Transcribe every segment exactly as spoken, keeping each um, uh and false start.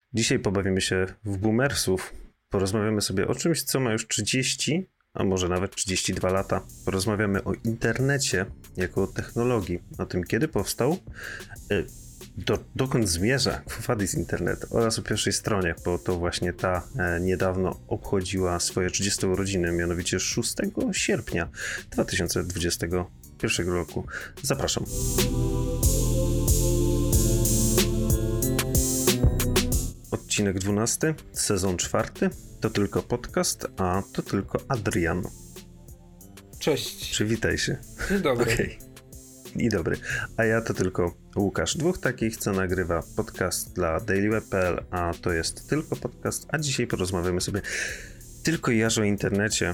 Dzisiaj pobawimy się w boomersów. Porozmawiamy sobie o czymś, co ma już trzydzieści, a może nawet trzydzieści dwa lata. Porozmawiamy o internecie jako o technologii, o tym, kiedy powstał, do, dokąd zmierza Quo Internet oraz o pierwszej stronie, bo to właśnie ta e, niedawno obchodziła swoje trzydzieste urodziny, mianowicie szóstego sierpnia dwa tysiące dwudziestego pierwszego roku. Zapraszam. Odcinek dwunasty, sezon czwarty. To tylko podcast, a to tylko Adrian. Cześć. Przywitaj się. Dzień dobry. Okay. I dobry. A ja to tylko Łukasz. Dwóch takich, co nagrywa podcast dla dailyweb kropka p l, a to jest tylko podcast, a dzisiaj porozmawiamy sobie tylko i aż o internecie.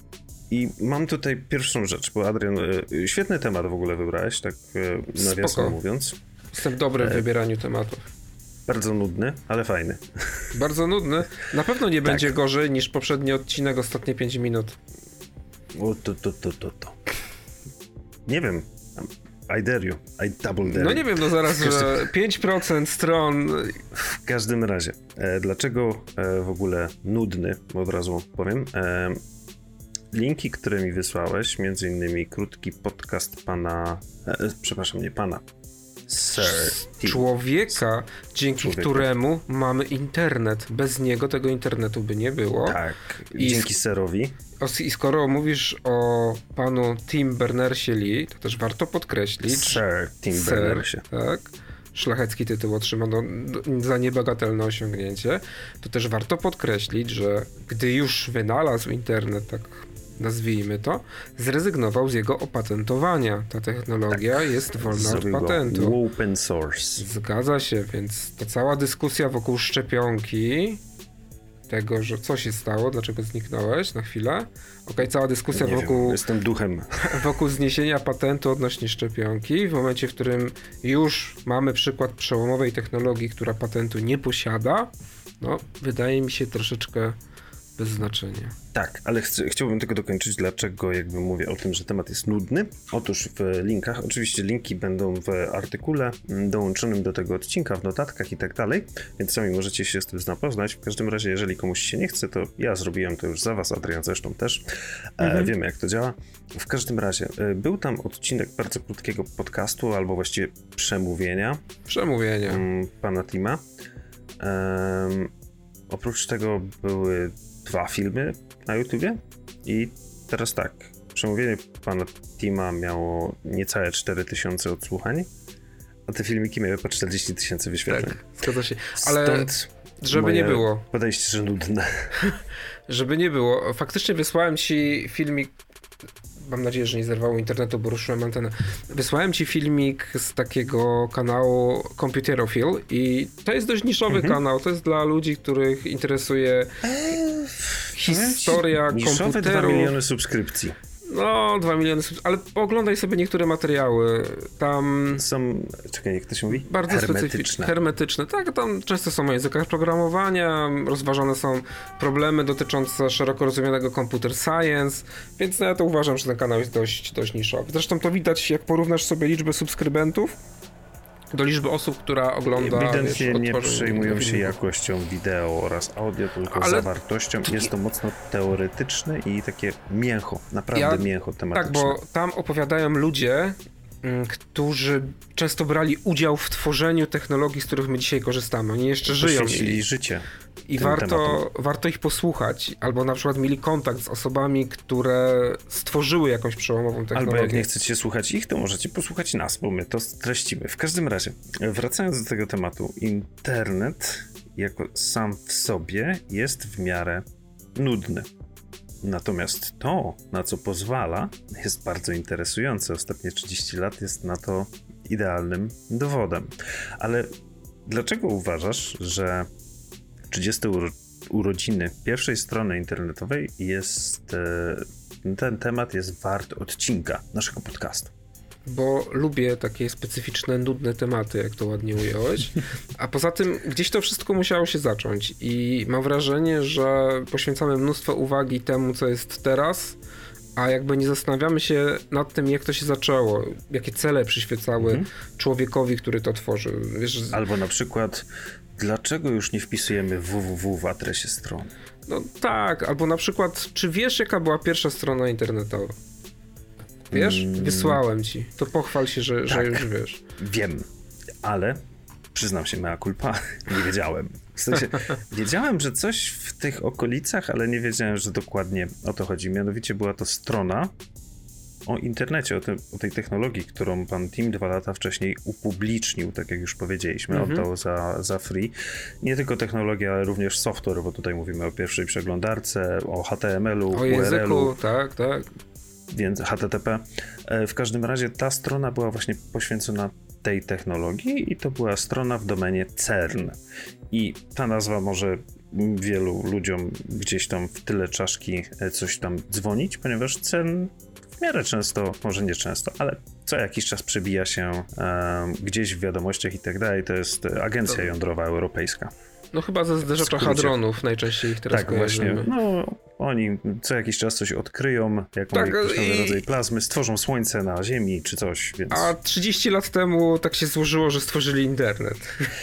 I mam tutaj pierwszą rzecz, bo Adrian, świetny temat w ogóle wybrałeś, tak nawiasem mówiąc. Jestem dobry w wybieraniu tematów. Bardzo nudny, ale fajny. Bardzo nudny? Na pewno nie tak. będzie gorzej niż poprzedni odcinek, ostatnie pięć minut. O, to, to, to, to, to. Nie wiem. I dare you. I double dare. No nie wiem, no zaraz, że pięć procent stron. W każdym razie, e, dlaczego e, w ogóle nudny, od razu powiem. E, linki, które mi wysłałeś, między innymi krótki podcast pana, e, przepraszam, nie pana, Sir Tim. Człowieka, dzięki Człowieka. któremu mamy internet. Bez niego tego internetu by nie było. Tak, I dzięki Serowi. I skoro mówisz o panu Tim Berners-Lee, Lee, to też warto podkreślić. Sir Tim Sir, Berners-Lee. Tak. Szlachecki tytuł otrzymano za niebagatelne osiągnięcie. To też warto podkreślić, że gdy już wynalazł internet, tak nazwijmy to, zrezygnował z jego opatentowania. Ta technologia tak, jest wolna od patentu. Open source. Zgadza się, więc ta cała dyskusja wokół szczepionki, tego, że co się stało, dlaczego zniknąłeś na chwilę. Okej, okay, cała dyskusja Nie wokół... Wiem, jestem duchem. Wokół zniesienia patentu odnośnie szczepionki, w momencie, w którym już mamy przykład przełomowej technologii, która patentu nie posiada, no, wydaje mi się troszeczkę bez znaczenia. Tak, ale chcę, chciałbym tylko dokończyć, dlaczego jakby mówię o tym, że temat jest nudny. Otóż w linkach, oczywiście linki będą w artykule dołączonym do tego odcinka, w notatkach i tak dalej, więc sami możecie się z tym zapoznać. W każdym razie, jeżeli komuś się nie chce, to ja zrobiłem to już za was, Adrian zresztą też. Mhm. E, wiemy, jak to działa. W każdym razie, e, był tam odcinek bardzo krótkiego podcastu, albo właściwie przemówienia. Przemówienia. M, pana Tima. E, oprócz tego były dwa filmy na YouTubie i teraz tak, przemówienie pana Tima miało niecałe cztery tysiące odsłuchań, a te filmiki miały po czterdzieści tysięcy wyświetleń. Tak, zgadza się. Ale stąd żeby nie było. Podejście, że nudne. Żeby nie było. Faktycznie wysłałem ci filmik, mam nadzieję, że nie zerwało internetu, bo ruszyłem antenę. Wysłałem ci filmik z takiego kanału Computerophile i to jest dość niszowy mhm. kanał. To jest dla ludzi, których interesuje eee, historia niszowe komputerów. dwa miliony subskrypcji. No, dwa miliony subskrypcji, ale oglądaj sobie niektóre materiały. Tam są, czekaj, jak to się mówi? Bardzo hermetyczne. Hermetyczne. Tak, tam często są o językach programowania, rozważane są problemy dotyczące szeroko rozumianego computer science, więc ja to uważam, że ten kanał jest dość, dość niszowy. Zresztą to widać, jak porównasz sobie liczbę subskrybentów do liczby osób, która ogląda. Ewidentnie nie przejmują się jakością wideo oraz audio, tylko ale zawartością. Jest to mocno teoretyczne i takie mięcho, naprawdę ja, mięcho tematyczne. Tak, bo tam opowiadają ludzie, którzy często brali udział w tworzeniu technologii, z których my dzisiaj korzystamy. Oni jeszcze żyją. Poświęcili życie. I warto, warto ich posłuchać, albo na przykład mieli kontakt z osobami, które stworzyły jakąś przełomową technologię. Albo jak nie chcecie słuchać ich, to możecie posłuchać nas, bo my to streścimy. W każdym razie, wracając do tego tematu, internet jako sam w sobie jest w miarę nudny. Natomiast to, na co pozwala, jest bardzo interesujące. Ostatnie trzydzieści lat jest na to idealnym dowodem. Ale dlaczego uważasz, że trzydzieste uro- urodziny pierwszej strony internetowej jest, ten temat jest wart odcinka naszego podcastu? Bo lubię takie specyficzne, nudne tematy, jak to ładnie ująłeś. A poza tym gdzieś to wszystko musiało się zacząć i mam wrażenie, że poświęcamy mnóstwo uwagi temu, co jest teraz, a jakby nie zastanawiamy się nad tym, jak to się zaczęło, jakie cele przyświecały mhm. człowiekowi, który to tworzył. Wiesz, albo na przykład, dlaczego już nie wpisujemy www w adresie strony? No tak, albo na przykład, czy wiesz, jaka była pierwsza strona internetowa? Wiesz? Mm. Wysłałem ci. To pochwal się, że, tak, że już wiesz. Wiem, ale przyznam się, mea culpa, nie wiedziałem. W sensie, wiedziałem, że coś w tych okolicach, ale nie wiedziałem, że dokładnie o to chodzi. Mianowicie była to strona o internecie, o, tym, o tej technologii, którą pan Tim dwa lata wcześniej upublicznił, tak jak już powiedzieliśmy, mm-hmm. oddał za, za free. Nie tylko technologia, ale również software, bo tutaj mówimy o pierwszej przeglądarce, o H T M L-u, o języku, tak, tak. Więc H T T P. W każdym razie ta strona była właśnie poświęcona tej technologii i to była strona w domenie CERN. I ta nazwa może wielu ludziom gdzieś tam w tyle czaszki coś tam dzwonić, ponieważ CERN w miarę często, może nie często, ale co jakiś czas przebija się um, gdzieś w wiadomościach i tak dalej. To jest Agencja Jądrowa Europejska. No chyba ze zderzacza hadronów najczęściej ich teraz tak, kojarzymy. Właśnie. No, oni co jakiś czas coś odkryją, jaką tak, określony i... rodzaj plazmy, stworzą słońce na Ziemi czy coś, więc... A trzydzieści lat temu tak się złożyło, że stworzyli internet.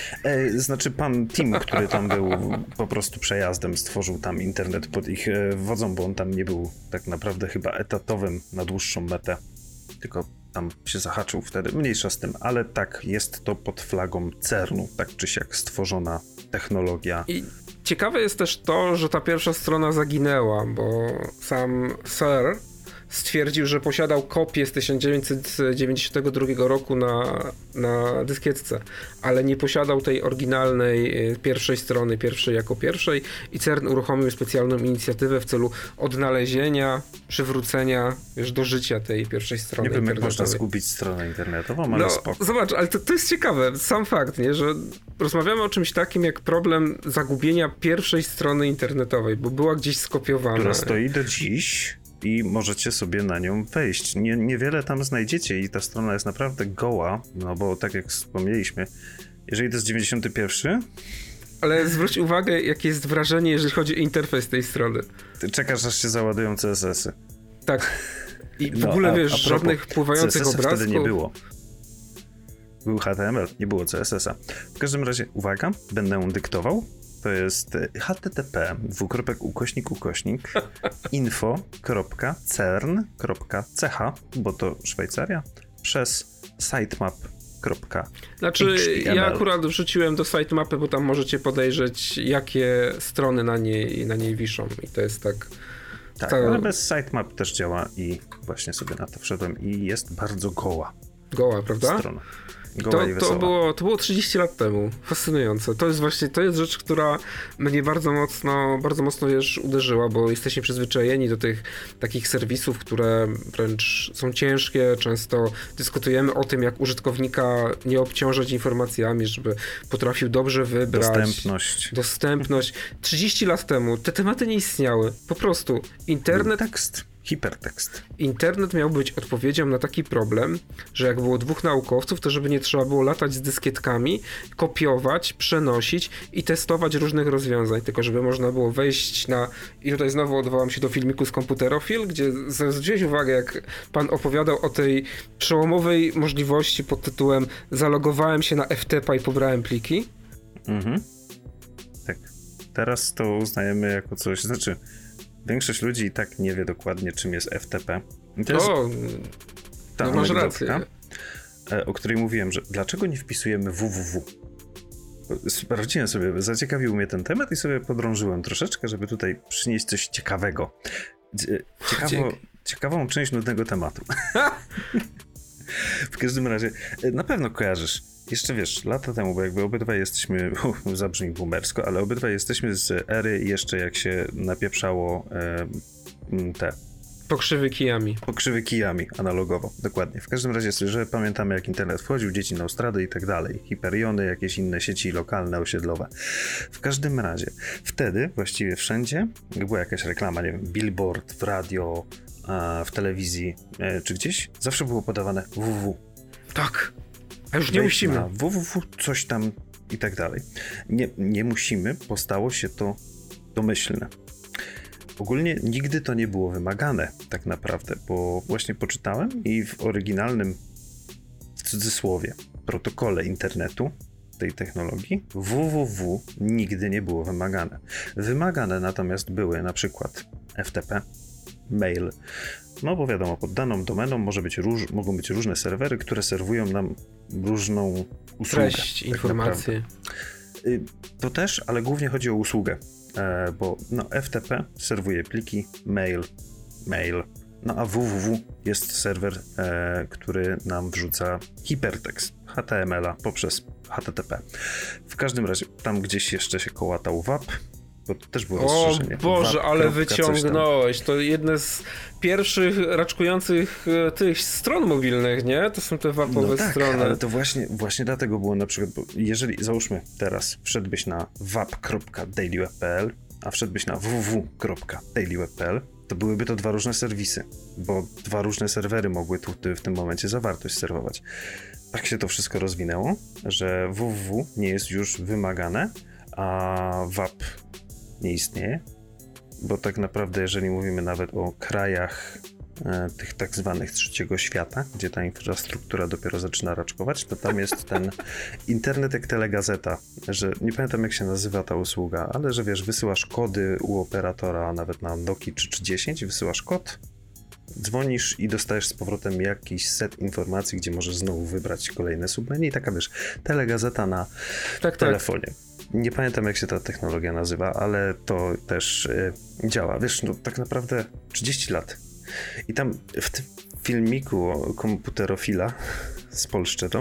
E, znaczy pan Tim, który tam był po prostu przejazdem, stworzył tam internet pod ich e, wodzą, bo on tam nie był tak naprawdę chyba etatowym na dłuższą metę, tylko tam się zahaczył wtedy, mniejsza z tym, ale tak, jest to pod flagą CERN-u, tak czy siak stworzona technologia. I ciekawe jest też to, że ta pierwsza strona zaginęła, bo sam Sir stwierdził, że posiadał kopię z tysiąc dziewięćset dziewięćdziesiątego drugiego roku na, na dyskietce, ale nie posiadał tej oryginalnej pierwszej strony, pierwszej jako pierwszej i CERN uruchomił specjalną inicjatywę w celu odnalezienia, przywrócenia wiesz, do życia tej pierwszej strony nie wiem, jak można zgubić stronę internetową, ale no, spoko. Zobacz, ale to, to jest ciekawe, sam fakt, nie, że rozmawiamy o czymś takim jak problem zagubienia pierwszej strony internetowej, bo była gdzieś skopiowana. Która stoi do dziś i możecie sobie na nią wejść. Nie, niewiele tam znajdziecie i ta strona jest naprawdę goła, no bo tak jak wspomnieliśmy, jeżeli to jest dziewięćdziesiąty pierwszy... Ale zwróć uwagę, jakie jest wrażenie, jeżeli chodzi o interfejs tej strony. Ty czekasz, aż się załadują C S S-y. Tak. I w no, ogóle, a, wiesz, a żadnych pływających C S S-y obrazków. wtedy nie było. Był H T M L, nie było C S S a. W każdym razie, uwaga, będę dyktował. To jest http dwukropek ukośnik ukośnik info.cern.ch, bo to Szwajcaria, przez sitemap.html. Znaczy, ja akurat wrzuciłem do sitemapy, bo tam możecie podejrzeć, jakie strony na niej, na niej wiszą i to jest tak... Tak, to... ale bez sitemap też działa i właśnie sobie na to wszedłem i jest bardzo goła. Goła, prawda? Strona. To, to, było, to było trzydzieści lat temu. Fascynujące. To jest właśnie, to jest rzecz, która mnie bardzo mocno, bardzo mocno wiesz, uderzyła, bo jesteśmy przyzwyczajeni do tych takich serwisów, które wręcz są ciężkie. Często dyskutujemy o tym, jak użytkownika nie obciążać informacjami, żeby potrafił dobrze wybrać. Dostępność. Dostępność. trzydzieści lat temu te tematy nie istniały. Po prostu internet... Był tekst. Hipertekst. Internet miał być odpowiedzią na taki problem, że jak było dwóch naukowców, to żeby nie trzeba było latać z dyskietkami, kopiować, przenosić i testować różnych rozwiązań, tylko żeby można było wejść na... I tutaj znowu odwołam się do filmiku z Computerofil, gdzie zwróciłeś uwagę, jak pan opowiadał o tej przełomowej możliwości pod tytułem zalogowałem się na F T P a i pobrałem pliki. Mhm. Tak. Teraz to uznajemy jako coś, znaczy większość ludzi i tak nie wie dokładnie, czym jest F T P. I to jest o, ta no masz rację. O której mówiłem, że dlaczego nie wpisujemy www? Sprawdziłem sobie, zaciekawił mnie ten temat i sobie podrążyłem troszeczkę, żeby tutaj przynieść coś ciekawego. Ciekawo, ciekawą część nudnego tematu. W każdym razie, na pewno kojarzysz. Jeszcze wiesz, lata temu, bo jakby obydwaj jesteśmy, uf, zabrzmi boomersko, ale obydwaj jesteśmy z ery jeszcze jak się napieprzało e, te... Pokrzywy kijami. Pokrzywy kijami, analogowo, dokładnie. W każdym razie, że pamiętamy jak internet wchodził, dzieci na Austrady i tak dalej. Hiperiony, jakieś inne sieci lokalne, osiedlowe. W każdym razie, wtedy właściwie wszędzie, jak była jakaś reklama, nie wiem, billboard w radio, a w telewizji, e, czy gdzieś, zawsze było podawane www. Tak. A już nie musimy. Na www, coś tam i tak dalej. Nie, nie musimy, bo stało się to domyślne. ogólnie nigdy to nie było wymagane tak naprawdę, bo właśnie poczytałem i w oryginalnym, w cudzysłowie, protokole internetu tej technologii www nigdy nie było wymagane. Wymagane natomiast były na przykład F T P, mail. No bo wiadomo, pod daną domeną może być róż, mogą być różne serwery, które serwują nam różną usługę. Treść, tak informacje. Naprawdę. To też, ale głównie chodzi o usługę, e, bo no, F T P serwuje pliki, mail, mail, no a www jest serwer, e, który nam wrzuca hipertekst H T M L a poprzez H T T P. W każdym razie tam gdzieś jeszcze się kołatał W A P, bo to też było rozszerzenie. O Boże, W A P, ale kropka, wyciągnąłeś. To jedne z pierwszych raczkujących tych stron mobilnych, nie? To są te W A P-owe no tak, strony. Ale to właśnie, właśnie dlatego było na przykład, bo jeżeli, załóżmy teraz, wszedłbyś na w a p kropka dailyweb kropka p l, a wszedłbyś na www kropka dailyweb kropka p l, to byłyby to dwa różne serwisy, bo dwa różne serwery mogły tu w tym momencie zawartość serwować. Tak się to wszystko rozwinęło, że www nie jest już wymagane, a W A P nie istnieje, bo tak naprawdę jeżeli mówimy nawet o krajach e, tych tak zwanych trzeciego świata, gdzie ta infrastruktura dopiero zaczyna raczkować, to tam jest ten internet jak telegazeta, że nie pamiętam jak się nazywa ta usługa, ale że wiesz, wysyłasz kody u operatora, nawet na Nokii trzy trzy dziesięć, wysyłasz kod, dzwonisz i dostajesz z powrotem jakiś set informacji, gdzie możesz znowu wybrać kolejne submenu i taka wiesz, telegazeta na tak, telefonie. Tak. Nie pamiętam jak się ta technologia nazywa, ale to też y, działa. Wiesz, no tak naprawdę trzydzieści lat. I tam w tym filmiku o komputerofila z Polszczynu,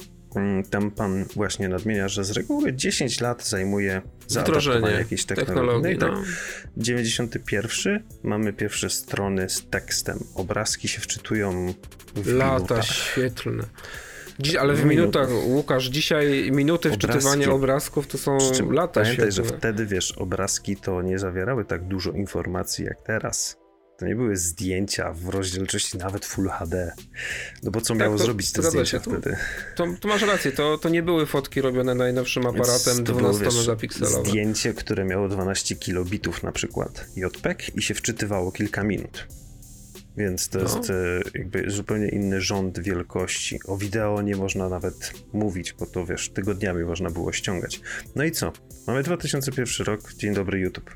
tam pan właśnie nadmienia, że z reguły dziesięć lat zajmuje zaadaptowanie jakiejś technologii. technologii no i tak, no. dziewięćdziesiąty pierwszy mamy pierwsze strony z tekstem. Obrazki się wczytują w Lata minutach. świetlne. Dziś, ale w minutach, Łukasz, dzisiaj minuty obrazki, wczytywania obrazków to są lata pamiętaj, świetne. że wtedy, wiesz, obrazki to nie zawierały tak dużo informacji jak teraz. To nie były zdjęcia w rozdzielczości nawet Full H D. No bo co tak, miało to, zrobić te zdjęcia się, wtedy? To, to masz rację, to, to nie były fotki robione najnowszym aparatem dwunasto-megapikselowym. Zdjęcie, które miało dwanaście kilobitów na przykład J P E G i się wczytywało kilka minut. Więc to no. jest jakby zupełnie inny rząd wielkości. O wideo nie można nawet mówić, bo to wiesz, tygodniami można było ściągać. No i co? Mamy dwa tysiące pierwszy rok, dzień dobry YouTube.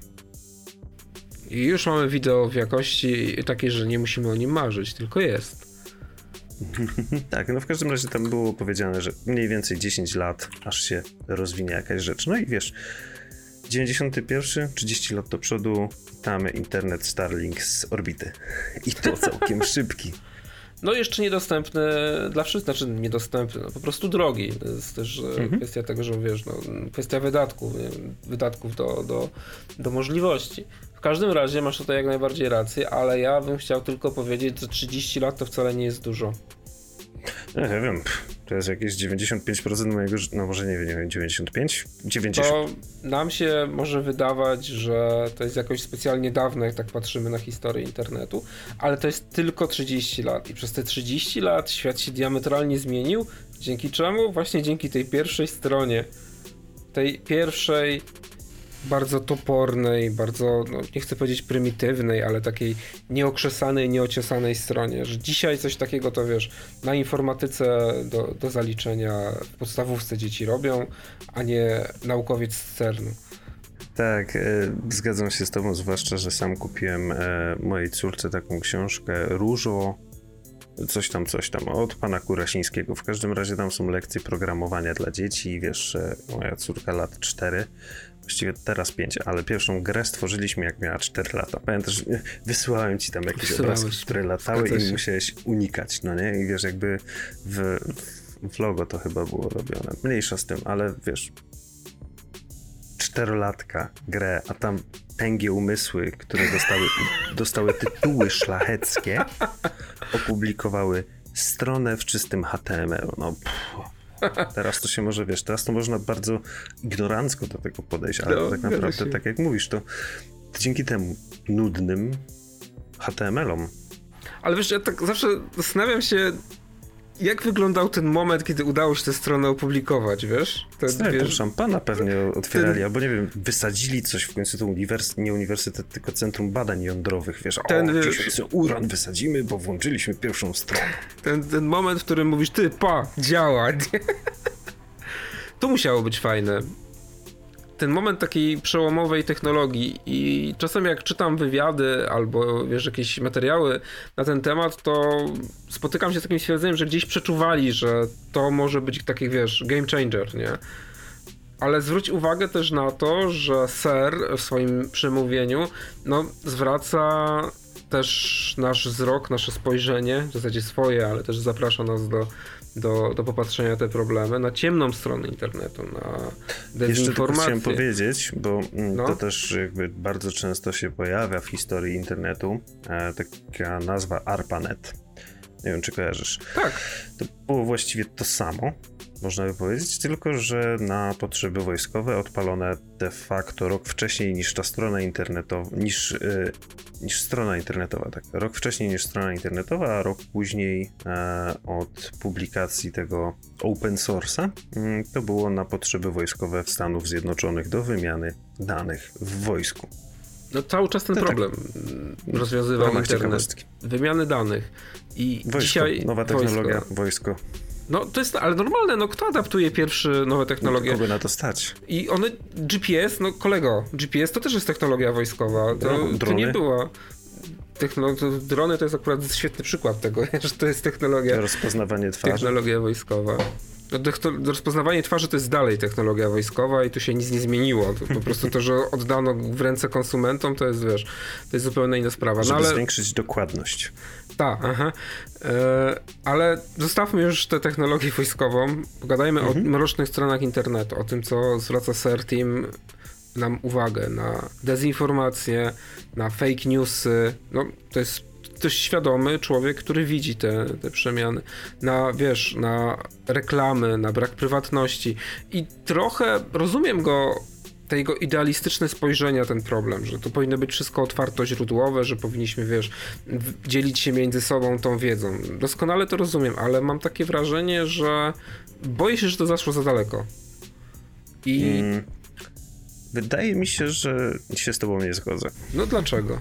I już mamy wideo w jakości takiej, że nie musimy o nim marzyć, tylko jest. Tak, no w każdym razie tam było powiedziane, że mniej więcej dziesięć lat, aż się rozwinie jakaś rzecz. No i wiesz, dziewięćdziesiąty pierwszy, trzydzieści lat do przodu, witamy internet Starlink z orbity. I to całkiem szybki. No jeszcze niedostępny dla wszystkich, znaczy niedostępny, no po prostu drogi. To jest też mhm. kwestia tego, że wiesz, no, kwestia wydatków, nie? wydatków do, do, do możliwości. W każdym razie masz tutaj jak najbardziej rację, ale ja bym chciał tylko powiedzieć, że trzydzieści lat to wcale nie jest dużo. Ja nie wiem, to jest jakieś dziewięćdziesiąt pięć procent mojego życia, no może nie wiem, nie wiem, dziewięćdziesiąt pięć? dziewięćdziesiąt. To nam się może wydawać, że to jest jakoś specjalnie dawno, jak tak patrzymy na historię internetu, ale to jest tylko trzydzieści lat i przez te trzydzieści lat świat się diametralnie zmienił, dzięki czemu? Właśnie dzięki tej pierwszej stronie, tej pierwszej bardzo topornej, bardzo, no nie chcę powiedzieć prymitywnej, ale takiej nieokrzesanej, nieociosanej stronie, że dzisiaj coś takiego to wiesz, na informatyce do, do zaliczenia w podstawówce dzieci robią, a nie naukowiec z cernu. Tak, e, zgadzam się z tobą, zwłaszcza, że sam kupiłem e, mojej córce taką książkę Różo, coś tam, coś tam, od pana Kurasińskiego. W każdym razie tam są lekcje programowania dla dzieci i wiesz, moja córka lat cztery, właściwie teraz pięć, ale pierwszą grę stworzyliśmy jak miała cztery lata. Pamiętasz, wysyłałem ci tam jakieś obrazki, które latały i musiałeś unikać, no nie? I wiesz, jakby w, w logo to chyba było robione. Mniejsza z tym, ale wiesz, czterolatka grę, a tam tęgie umysły, które dostały, dostały tytuły szlacheckie, opublikowały stronę w czystym H T M L. No pff. Teraz to się może, wiesz, teraz to można bardzo ignorancko do tego podejść, ale no, tak naprawdę, tak jak mówisz, to, to dzięki temu nudnym H T M L om. Ale wiesz, ja tak zawsze zastanawiam się, jak wyglądał ten moment, kiedy udało się tę stronę opublikować, wiesz? Ten, Stary, wiesz, szampana pewnie otwierali, ten, albo nie wiem, wysadzili coś w końcu, to uniwers- nie uniwersytet, tylko Centrum Badań Jądrowych, wiesz, ten, o, dzisiaj sobie uran wysadzimy, bo włączyliśmy pierwszą stronę. Ten, ten moment, w którym mówisz, ty, pa, działa. To musiało być fajne. Ten moment takiej przełomowej technologii i czasem jak czytam wywiady albo wiesz, jakieś materiały na ten temat, to spotykam się z takim stwierdzeniem, że gdzieś przeczuwali, że to może być taki, wiesz, game changer, nie? Ale zwróć uwagę też na to, że Ser w swoim przemówieniu no, zwraca też nasz wzrok, nasze spojrzenie, w zasadzie swoje, ale też zaprasza nas do Do, do popatrzenia te problemy na ciemną stronę internetu, na dezinformację. Jeszcze tylko chciałem powiedzieć, bo no. to też jakby bardzo często się pojawia w historii internetu e, taka nazwa ARPANET. Nie wiem, czy kojarzysz. Tak. To było właściwie to samo, można by powiedzieć, tylko że na potrzeby wojskowe odpalone de facto rok wcześniej niż ta strona internetowa, niż, yy, niż strona internetowa, tak. Rok wcześniej niż strona internetowa, a rok później e, od publikacji tego open source'a yy, to było na potrzeby wojskowe w Stanów Zjednoczonych do wymiany danych w wojsku. No cały czas ten to problem tak, rozwiązywał internet. Wymiany danych. I wojsko, dzisiaj nowa technologia, wojsko. wojsko. No to jest, ale normalne, no kto adaptuje pierwsze nowe technologie? Kogo na to stać? I one, G P S, no kolego, G P S to też jest technologia wojskowa. To, no, to nie była... Technolo- to drony to jest akurat świetny przykład tego, że to jest technologia... Rozpoznawanie twarzy. Technologia wojskowa. Rozpoznawanie twarzy to jest dalej technologia wojskowa i tu się nic nie zmieniło. To po prostu to, że oddano w ręce konsumentom, to jest, wiesz, to jest zupełnie inna sprawa. Żeby no, ale... zwiększyć dokładność. Tak, aha. E, ale zostawmy już tę technologię wojskową. Pogadajmy mhm. o mrocznych stronach internetu, o tym, co zwraca Ser Team nam uwagę na dezinformację, na fake newsy. No, to jest dość świadomy człowiek, który widzi te, te przemiany. Na, wiesz, na reklamy, na brak prywatności. I trochę rozumiem go, te jego idealistyczne spojrzenie na ten problem, że to powinno być wszystko otwartoźródłowe, że powinniśmy, wiesz, dzielić się między sobą tą wiedzą. Doskonale to rozumiem, ale mam takie wrażenie, że boję się, że to zaszło za daleko. I... Hmm. Wydaje mi się, że się z tobą nie zgodzę. No dlaczego?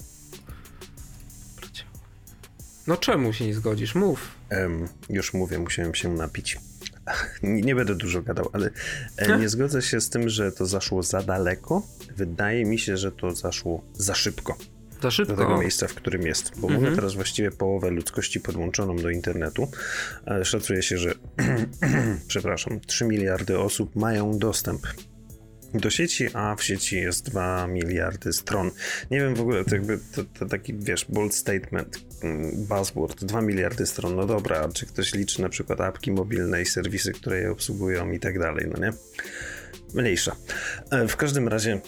No czemu się nie zgodzisz? Mów. Um, już mówię, musiałem się napić. Nie, nie będę dużo gadał, ale e, nie zgodzę się z tym, że to zaszło za daleko. Wydaje mi się, że to zaszło za szybko. Za szybko? Do tego miejsca, w którym jest. Bo mhm. mamy teraz właściwie połowę ludzkości podłączoną do internetu. E, szacuje się, że przepraszam, trzy miliardy osób mają dostęp do sieci, a w sieci jest dwa miliardy stron. Nie wiem w ogóle, to jakby to, to taki, wiesz, bold statement, buzzword, dwa miliardy stron, no dobra, czy ktoś liczy na przykład apki mobilne i serwisy, które je obsługują i tak dalej, no nie? Mniejsza. W każdym razie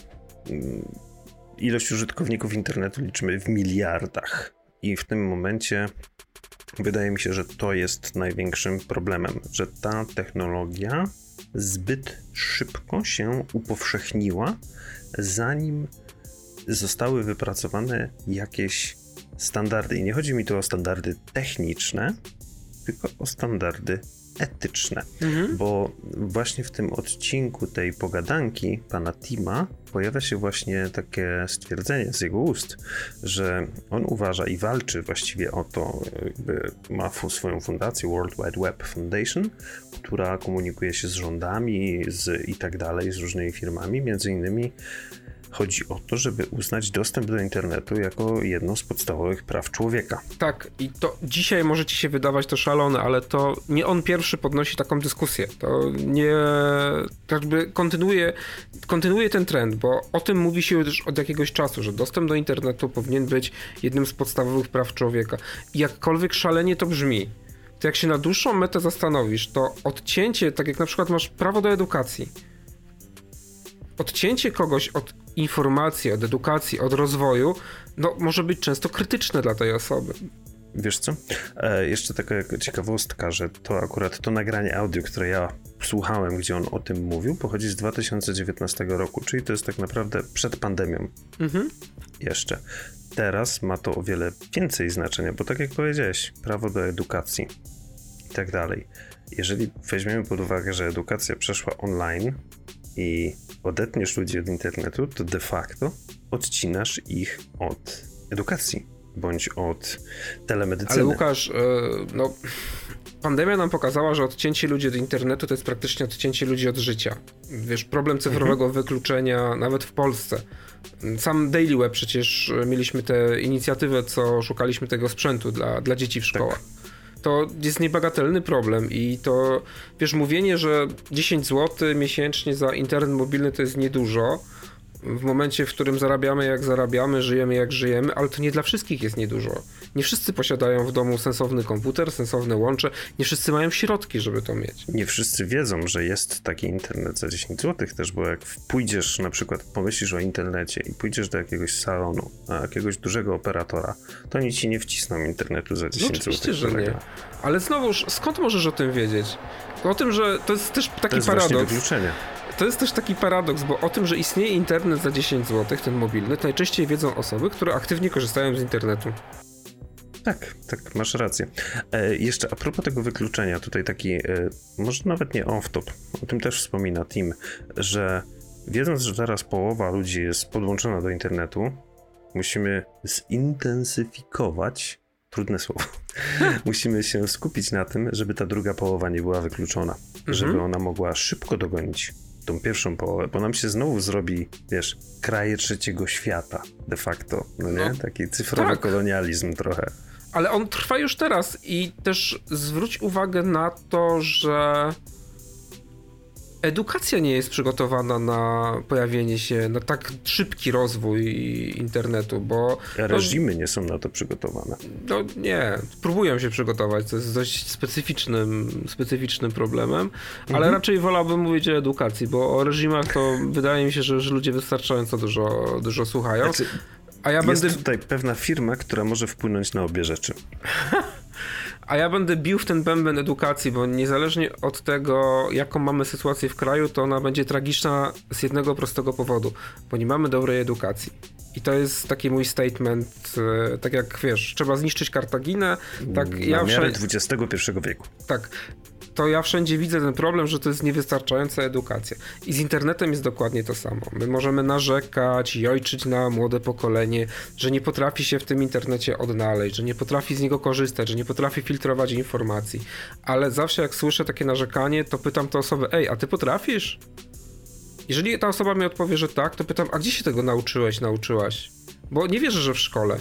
ilość użytkowników internetu liczymy w miliardach i w tym momencie wydaje mi się, że to jest największym problemem, że ta technologia zbyt szybko się upowszechniła, zanim zostały wypracowane jakieś standardy. I nie chodzi mi tu o standardy techniczne, tylko o standardy etyczne. Mhm. Bo właśnie w tym odcinku tej pogadanki pana Tima pojawia się właśnie takie stwierdzenie z jego ust, że on uważa i walczy właściwie o to, jakby ma swoją fundację World Wide Web Foundation, która komunikuje się z rządami z, i tak dalej, z różnymi firmami, między innymi chodzi o to, żeby uznać dostęp do internetu jako jedno z podstawowych praw człowieka. Tak, i to dzisiaj może ci się wydawać to szalone, ale to nie on pierwszy podnosi taką dyskusję. To nie... jakby kontynuuje, kontynuuje ten trend, bo o tym mówi się już od jakiegoś czasu, że dostęp do internetu powinien być jednym z podstawowych praw człowieka. I jakkolwiek szalenie to brzmi, to jak się na dłuższą metę zastanowisz, to odcięcie, tak jak na przykład masz prawo do edukacji, odcięcie kogoś od informacji, od edukacji, od rozwoju, no może być często krytyczne dla tej osoby. Wiesz co? E, jeszcze taka ciekawostka, że to akurat to nagranie audio, które ja słuchałem, gdzie on o tym mówił, pochodzi z dwa tysiące dziewiętnastego roku, czyli to jest tak naprawdę przed pandemią. Mhm. Jeszcze. Teraz ma to o wiele więcej znaczenia, bo tak jak powiedziałeś, prawo do edukacji. i tak dalej. Jeżeli weźmiemy pod uwagę, że edukacja przeszła online i odetniesz ludzi od internetu, to de facto odcinasz ich od edukacji, bądź od telemedycyny. Ale Łukasz, yy, no... Pandemia nam pokazała, że odcięcie ludzi od internetu to jest praktycznie odcięcie ludzi od życia. Wiesz, problem cyfrowego mhm. wykluczenia nawet w Polsce. Sam Daily Web przecież mieliśmy tę inicjatywę, co szukaliśmy tego sprzętu dla, dla dzieci w szkołach. Tak. To jest niebagatelny problem i to, wiesz, mówienie, że dziesięć złotych miesięcznie za internet mobilny to jest niedużo, w momencie, w którym zarabiamy jak zarabiamy, żyjemy jak żyjemy, ale to nie dla wszystkich jest niedużo. Nie wszyscy posiadają w domu sensowny komputer, sensowne łącze, nie wszyscy mają środki, żeby to mieć. Nie wszyscy wiedzą, że jest taki internet za dziesięć złotych też, bo jak pójdziesz, na przykład pomyślisz o internecie i pójdziesz do jakiegoś salonu, jakiegoś dużego operatora, to oni ci nie wcisną internetu za dziesięć złotych. No oczywiście, że nie. Ale znowuż, skąd możesz o tym wiedzieć? O tym, że to jest też taki to jest paradoks. Właśnie wykluczenie. To jest też taki paradoks, bo o tym, że istnieje internet za dziesięć złotych, ten mobilny, to najczęściej wiedzą osoby, które aktywnie korzystają z internetu. Tak, tak, masz rację. E, jeszcze a propos tego wykluczenia, tutaj taki, e, może nawet nie off-top, o tym też wspomina Tim, że wiedząc, że teraz połowa ludzi jest podłączona do internetu, musimy zintensyfikować, trudne słowo, musimy się skupić na tym, żeby ta druga połowa nie była wykluczona, mhm. żeby ona mogła szybko dogonić tą pierwszą połowę, bo nam się znowu zrobi, wiesz, kraje trzeciego świata de facto, no nie? No, taki cyfrowy tak. kolonializm trochę. Ale on trwa już teraz i też zwróć uwagę na to, że edukacja nie jest przygotowana na pojawienie się, na tak szybki rozwój internetu, bo... Reżimy no, nie są na to przygotowane. No nie, próbują się przygotować, to jest dość specyficznym, specyficznym problemem, mhm. ale raczej wolałbym mówić o edukacji, bo o reżimach to wydaje mi się, że już ludzie wystarczająco dużo, dużo słuchają. Znaczy, a ja jest będę... tutaj pewna firma, która może wpłynąć na obie rzeczy. A ja będę bił w ten bęben edukacji, bo niezależnie od tego, jaką mamy sytuację w kraju, to ona będzie tragiczna z jednego prostego powodu, bo nie mamy dobrej edukacji. I to jest taki mój statement, tak jak wiesz, trzeba zniszczyć Kartaginę. Tak, na ja miarę wszędzie... dwudziestego pierwszego wieku. Tak. To ja wszędzie widzę ten problem, że to jest niewystarczająca edukacja. I z internetem jest dokładnie to samo. My możemy narzekać i ojczyć na młode pokolenie, że nie potrafi się w tym internecie odnaleźć, że nie potrafi z niego korzystać, że nie potrafi filtrować informacji. Ale zawsze jak słyszę takie narzekanie, to pytam tę osobę, ej, a ty potrafisz? Jeżeli ta osoba mi odpowie, że tak, to pytam, a gdzie się tego nauczyłeś, nauczyłaś? Bo nie wierzę, że w szkole.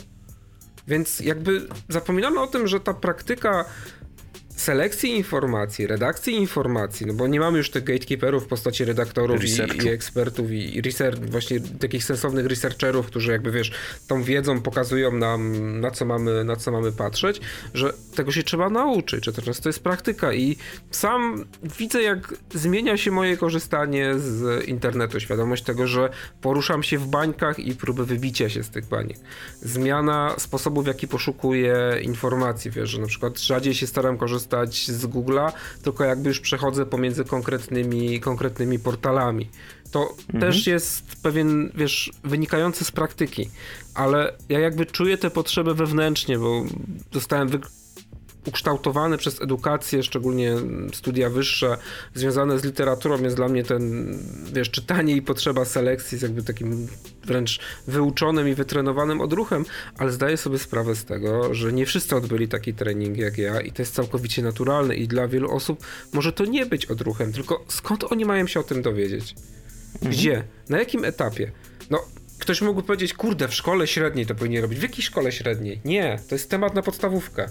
Więc jakby zapominamy o tym, że ta praktyka selekcji informacji, redakcji informacji, no bo nie mamy już tych gatekeeperów w postaci redaktorów i, i ekspertów i, i research, właśnie takich sensownych researcherów, którzy jakby wiesz, tą wiedzą pokazują nam, na co mamy, na co mamy patrzeć, że tego się trzeba nauczyć, że to często jest praktyka i sam widzę, jak zmienia się moje korzystanie z internetu, świadomość tego, że poruszam się w bańkach i próby wybicia się z tych baniek. Zmiana sposobu, w jaki poszukuję informacji, wiesz, że na przykład rzadziej się staram korzystać z Google'a, tylko jakby już przechodzę pomiędzy konkretnymi, konkretnymi portalami. To mhm. też jest pewien, wiesz, wynikający z praktyki, ale ja jakby czuję tę potrzebę wewnętrznie, bo zostałem wy... ukształtowany przez edukację, szczególnie studia wyższe, związane z literaturą, jest dla mnie ten, wiesz, czytanie i potrzeba selekcji jest jakby takim wręcz wyuczonym i wytrenowanym odruchem, ale zdaję sobie sprawę z tego, że nie wszyscy odbyli taki trening jak ja i to jest całkowicie naturalne i dla wielu osób może to nie być odruchem, tylko skąd oni mają się o tym dowiedzieć? Gdzie? Mhm. Na jakim etapie? No, ktoś mógłby powiedzieć, kurde, w szkole średniej to powinien robić. W jakiej szkole średniej? Nie, to jest temat na podstawówkę.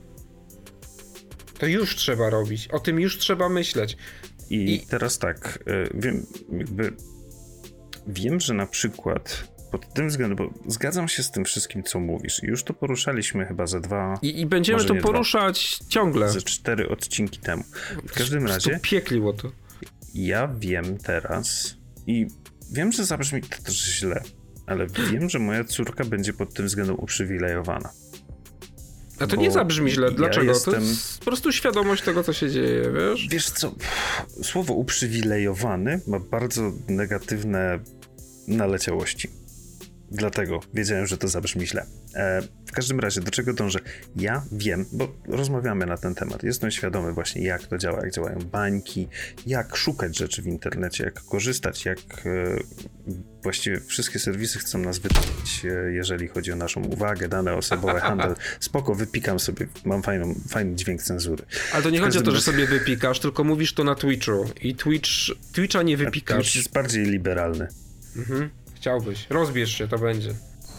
To już trzeba robić, o tym już trzeba myśleć. I, I... teraz tak, y, wiem, jakby wiem, że na przykład pod tym względem, bo zgadzam się z tym wszystkim, co mówisz. I już to poruszaliśmy chyba ze dwa... I, i będziemy to poruszać dwa, ciągle. Ze cztery odcinki temu. W każdym razie... Piekliło to. Ja wiem teraz i wiem, że zabrzmi to też źle, ale wiem, że moja córka będzie pod tym względem uprzywilejowana. A to nie zabrzmi źle. Dlaczego? Ja jestem... To jest po prostu świadomość tego, co się dzieje, wiesz? Wiesz co, słowo uprzywilejowany ma bardzo negatywne naleciałości. Dlatego wiedziałem, że to zabrzmi źle. E, w każdym razie, do czego dążę? Ja wiem, bo rozmawiamy na ten temat. Jestem świadomy właśnie, jak to działa, jak działają bańki, jak szukać rzeczy w internecie, jak korzystać, jak e, właściwie wszystkie serwisy chcą nas wypić, e, jeżeli chodzi o naszą uwagę, dane osobowe, handel. Spoko, wypikam sobie, mam fajną, fajny dźwięk cenzury. Ale to nie chodzi o to, że sobie wypikasz, tylko mówisz to na Twitchu i Twitch, Twitcha nie wypikasz. Twitch jest bardziej liberalny. Mhm. Chciałbyś. Rozbierz się, to będzie.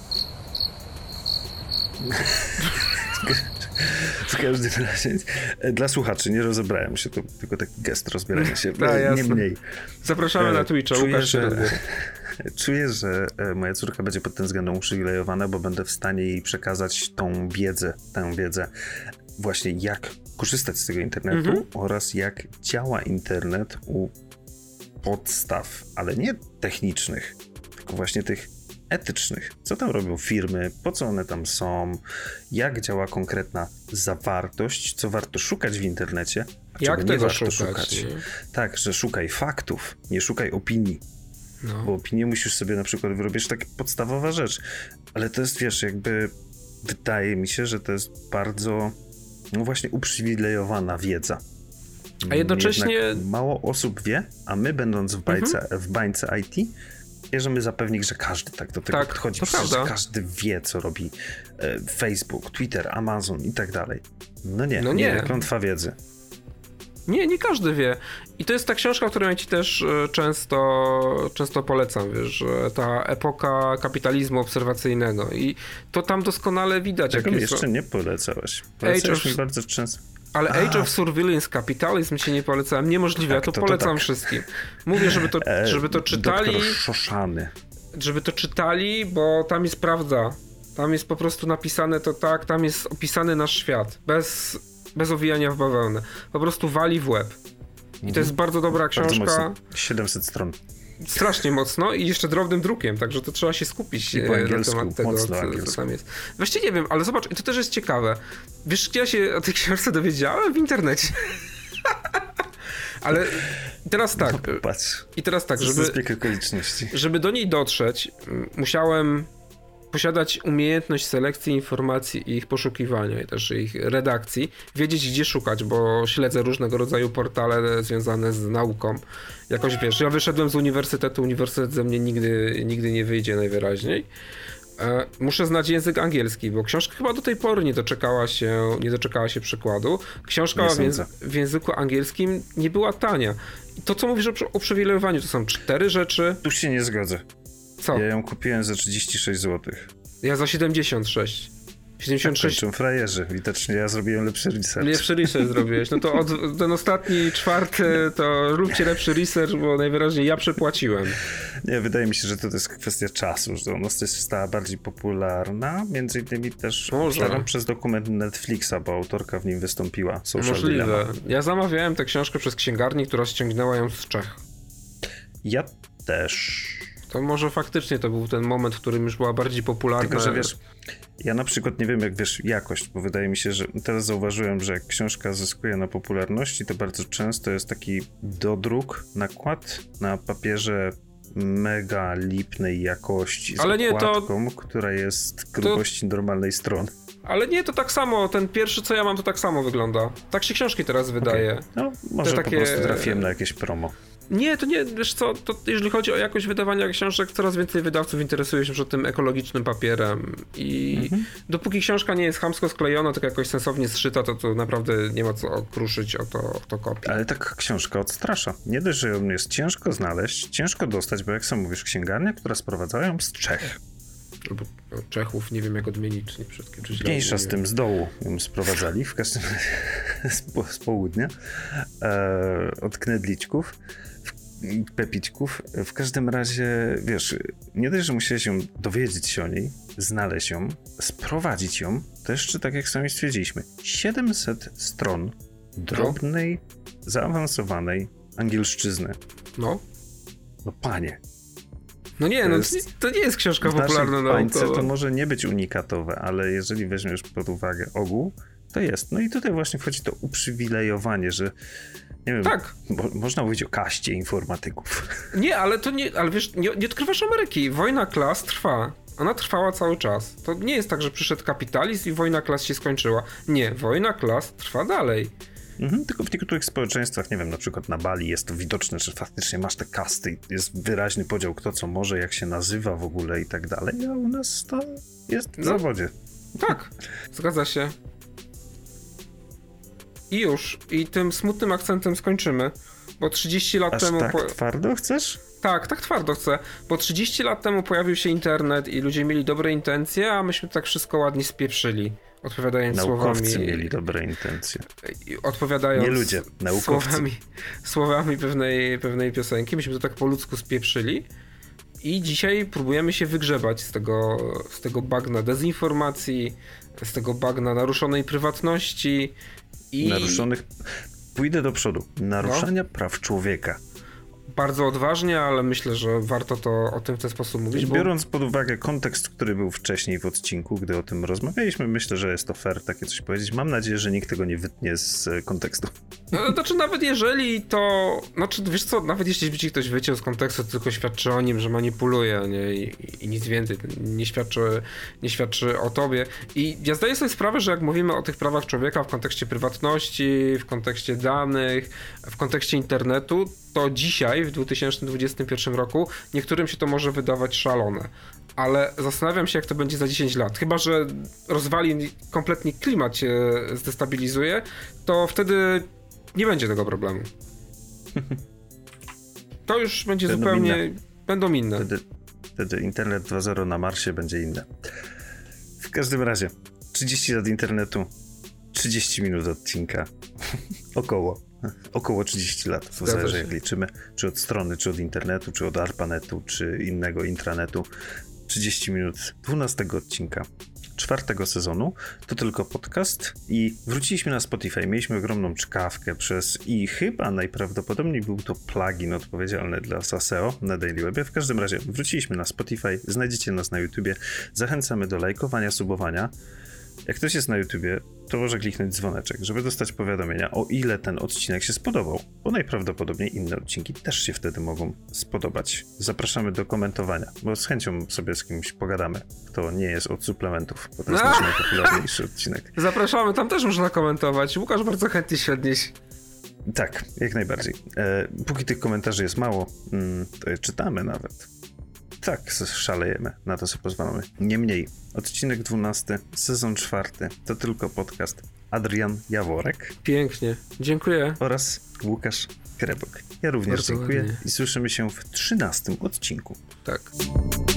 W każdym razie, dla słuchaczy, nie rozebrałem się, to tylko taki gest rozbierania się, Ta, nie mniej. Zapraszamy na Twitcha, czuję, Łukasz się że, czuję, że moja córka będzie pod tym względem uprzywilejowana, bo będę w stanie jej przekazać tą wiedzę, tę wiedzę właśnie jak korzystać z tego internetu mhm. oraz jak działa internet u podstaw, ale nie technicznych, tylko właśnie tych etycznych. Co tam robią firmy, po co one tam są, jak działa konkretna zawartość, co warto szukać w internecie, a jak czego tego nie warto szukać, szukać. Nie? Tak, że szukaj faktów, nie szukaj opinii. No. Bo opinię musisz sobie na przykład wyrobić, taka podstawowa rzecz. Ale to jest, wiesz, jakby wydaje mi się, że to jest bardzo, no właśnie, uprzywilejowana wiedza. A jednocześnie... Jednak mało osób wie, a my będąc w bańce, mhm. w bańce I T bierzemy za pewnik, że każdy tak do tego tak, podchodzi. To Przecież prawda. Każdy wie, co robi e, Facebook, Twitter, Amazon i tak dalej. No nie, no nie, nie. klątwa wiedzy. Nie, nie każdy wie. I to jest ta książka, którą ja ci też e, często, często polecam, wiesz, że ta epoka kapitalizmu obserwacyjnego i to tam doskonale widać. Tego jak mi jest jeszcze to... nie polecałeś. Polecałeś of... mi bardzo często. Ale A. Age of Surveillance Capitalism ci nie polecałem. Niemożliwe, tak, ja to, to polecam to tak. wszystkim. Mówię, żeby to, żeby to czytali. Doktor Szoszany. Żeby to czytali, bo tam jest prawda. Tam jest po prostu napisane to tak, tam jest opisany nasz świat. Bez, bez owijania w bawełnę. Po prostu wali w łeb. I to jest bardzo dobra książka. Bardzo mocno. siedemset stron. Strasznie mocno i jeszcze drobnym drukiem, także to trzeba się skupić na temat tego, co, co tam jest. Właściwie nie wiem, ale zobacz, i to też jest ciekawe. Wiesz, gdzie ja się o tej książce dowiedziałem? W internecie. Ale teraz tak. No, patrz. I teraz tak, żeby, żeby do niej dotrzeć, musiałem posiadać umiejętność selekcji informacji i ich poszukiwania i też ich redakcji, wiedzieć gdzie szukać, bo śledzę różnego rodzaju portale związane z nauką. Jakoś wiesz, ja wyszedłem z uniwersytetu, uniwersytet ze mnie nigdy, nigdy nie wyjdzie najwyraźniej. E, muszę znać język angielski, bo książka chyba do tej pory nie doczekała się, nie doczekała się przykładu. Książka w, języ- w języku angielskim nie była tania. I to, co mówisz o uprzywilejowaniu, to są cztery rzeczy. Tu się nie zgodzę. Co? Ja ją kupiłem za trzydzieści sześć złotych. Ja za siedemdziesiąt sześć. siedemdziesiąt sześć. Kończą frajerzy. Widocznie ja zrobiłem lepszy research. Lepszy research zrobiłeś. No to od, ten ostatni, czwarty, to róbcie lepszy research, bo najwyraźniej ja przepłaciłem. Nie, wydaje mi się, że to jest kwestia czasu, że ona stała bardziej popularna. Między innymi też obstawiam przez dokument Netflixa, bo autorka w nim wystąpiła. Social Możliwe. Dilemma. Ja zamawiałem tę książkę przez księgarnię, która ściągnęła ją z Czech. Ja też. To może faktycznie to był ten moment, w którym już była bardziej popularna. Tylko, że wiesz, ja na przykład nie wiem jak wiesz jakość, bo wydaje mi się, że teraz zauważyłem, że jak książka zyskuje na popularności, to bardzo często jest taki dodruk, nakład na papierze mega lipnej jakości z ale nie, okładką, to... która jest grubości to... normalnej strony. Ale nie, to tak samo, ten pierwszy co ja mam, to tak samo wygląda. Tak się książki teraz wydaje. Okay. No, może te po takie... prostu trafiłem na jakieś promo. Nie, to nie, wiesz co, to jeżeli chodzi o jakość wydawania książek, coraz więcej wydawców interesuje się przed tym ekologicznym papierem i mhm. dopóki książka nie jest chamsko sklejona, tylko jakoś sensownie zszyta, to, to naprawdę nie ma co kruszyć o to, o to kopię. Ale taka książka odstrasza. Nie dość, że ją jest ciężko znaleźć, ciężko dostać, bo jak sam mówisz, księgarnia, która sprowadzają ją z Czech. Albo Czechów, nie wiem jak odmienić, czy nie wszystkim, czy źle. Mniejsza z tym, z dołu ją sprowadzali, w każdym razie z, po, z południa, e, od knedliczków, pepiczków. W każdym razie, wiesz, nie dość, że musiałeś ją dowiedzieć się o niej, znaleźć ją, sprowadzić ją, to jeszcze, tak jak sami stwierdziliśmy, siedemset stron drobnej, no. zaawansowanej angielszczyzny. No. No panie. No nie, to no jest, to nie jest książka popularna naukowa. To może nie być unikatowe, ale jeżeli weźmiesz pod uwagę ogół, to jest. No i tutaj właśnie wchodzi to uprzywilejowanie, że nie wiem, tak. Bo, można mówić o kaście informatyków. Nie, ale to nie, ale wiesz, nie, nie odkrywasz Ameryki. Wojna klas trwa. ona trwała cały czas. To nie jest tak, że przyszedł kapitalizm i wojna klas się skończyła. Nie, wojna klas trwa dalej. Mhm, tylko w niektórych społeczeństwach, nie wiem, na przykład na Bali jest to widoczne, że faktycznie masz te kasty, jest wyraźny podział, kto co może, jak się nazywa w ogóle i tak dalej, a u nas to jest w no, zawodzie. Tak, zgadza się. I już. I tym smutnym akcentem skończymy, bo trzydzieści lat Aż temu... tak po... twardo chcesz? Tak, tak twardo chcę, bo trzydzieści lat temu pojawił się internet i ludzie mieli dobre intencje, a myśmy tak wszystko ładnie spieprzyli, odpowiadając naukowcy słowami... mieli dobre intencje. Odpowiadając... Nie ludzie, naukowcy. Słowami, słowami pewnej, pewnej piosenki, myśmy to tak po ludzku spieprzyli i dzisiaj próbujemy się wygrzebać z tego, z tego bagna dezinformacji, z tego bagna naruszonej prywatności i... Naruszonych... Pójdę do przodu. Naruszania no. praw człowieka. Bardzo odważnie, ale myślę, że warto to o tym w ten sposób mówić. Biorąc bo... pod uwagę kontekst, który był wcześniej w odcinku, gdy o tym rozmawialiśmy, myślę, że jest to fair takie coś powiedzieć. Mam nadzieję, że nikt tego nie wytnie z kontekstu. No, znaczy nawet jeżeli to... Znaczy wiesz co, nawet jeśli by ci ktoś wyciął z kontekstu, to tylko świadczy o nim, że manipuluje, nie? I, i nic więcej. Nie świadczy, nie świadczy o tobie. I ja zdaję sobie sprawę, że jak mówimy o tych prawach człowieka w kontekście prywatności, w kontekście danych, w kontekście internetu, to dzisiaj, w dwa tysiące dwudziestym pierwszym roku, niektórym się to może wydawać szalone. Ale zastanawiam się, jak to będzie za dziesięć lat. Chyba że rozwali kompletnie klimat, się zdestabilizuje, to wtedy nie będzie tego problemu. To już będzie będą zupełnie... Inne. Będą inne. Wtedy, wtedy internet dwa zero na Marsie będzie inne. W każdym razie, trzydzieści lat internetu, trzydzieści minut odcinka. Około. Około trzydzieści lat, to zależy jak liczymy, czy od strony, czy od internetu, czy od ARPANETu, czy innego intranetu. trzydzieści minut dwunastego odcinka czwartego sezonu, to tylko podcast i wróciliśmy na Spotify. Mieliśmy ogromną czkawkę przez i chyba najprawdopodobniej był to plugin odpowiedzialny dla Saseo na Daily Webie. W każdym razie wróciliśmy na Spotify, znajdziecie nas na YouTubie. Zachęcamy do lajkowania, subowania. Jak ktoś jest na YouTubie, to może kliknąć dzwoneczek, żeby dostać powiadomienia, o ile ten odcinek się spodobał, bo najprawdopodobniej inne odcinki też się wtedy mogą spodobać. Zapraszamy do komentowania, bo z chęcią sobie z kimś pogadamy, kto nie jest od suplementów, bo to jest nasz najpopularniejszy odcinek. Zapraszamy, tam też można komentować. Łukasz bardzo chętnie się odnieść. Tak, jak najbardziej. E, póki tych komentarzy jest mało, mm, to je czytamy nawet. Tak, szalejemy, na to sobie pozwalamy. Niemniej, odcinek dwunasty, sezon czwarty, to tylko podcast. Adrian Jaworek. Pięknie, dziękuję. Oraz Łukasz Krebok. Ja również bardzo dziękuję ładnie. I słyszymy się w trzynastym odcinku. Tak.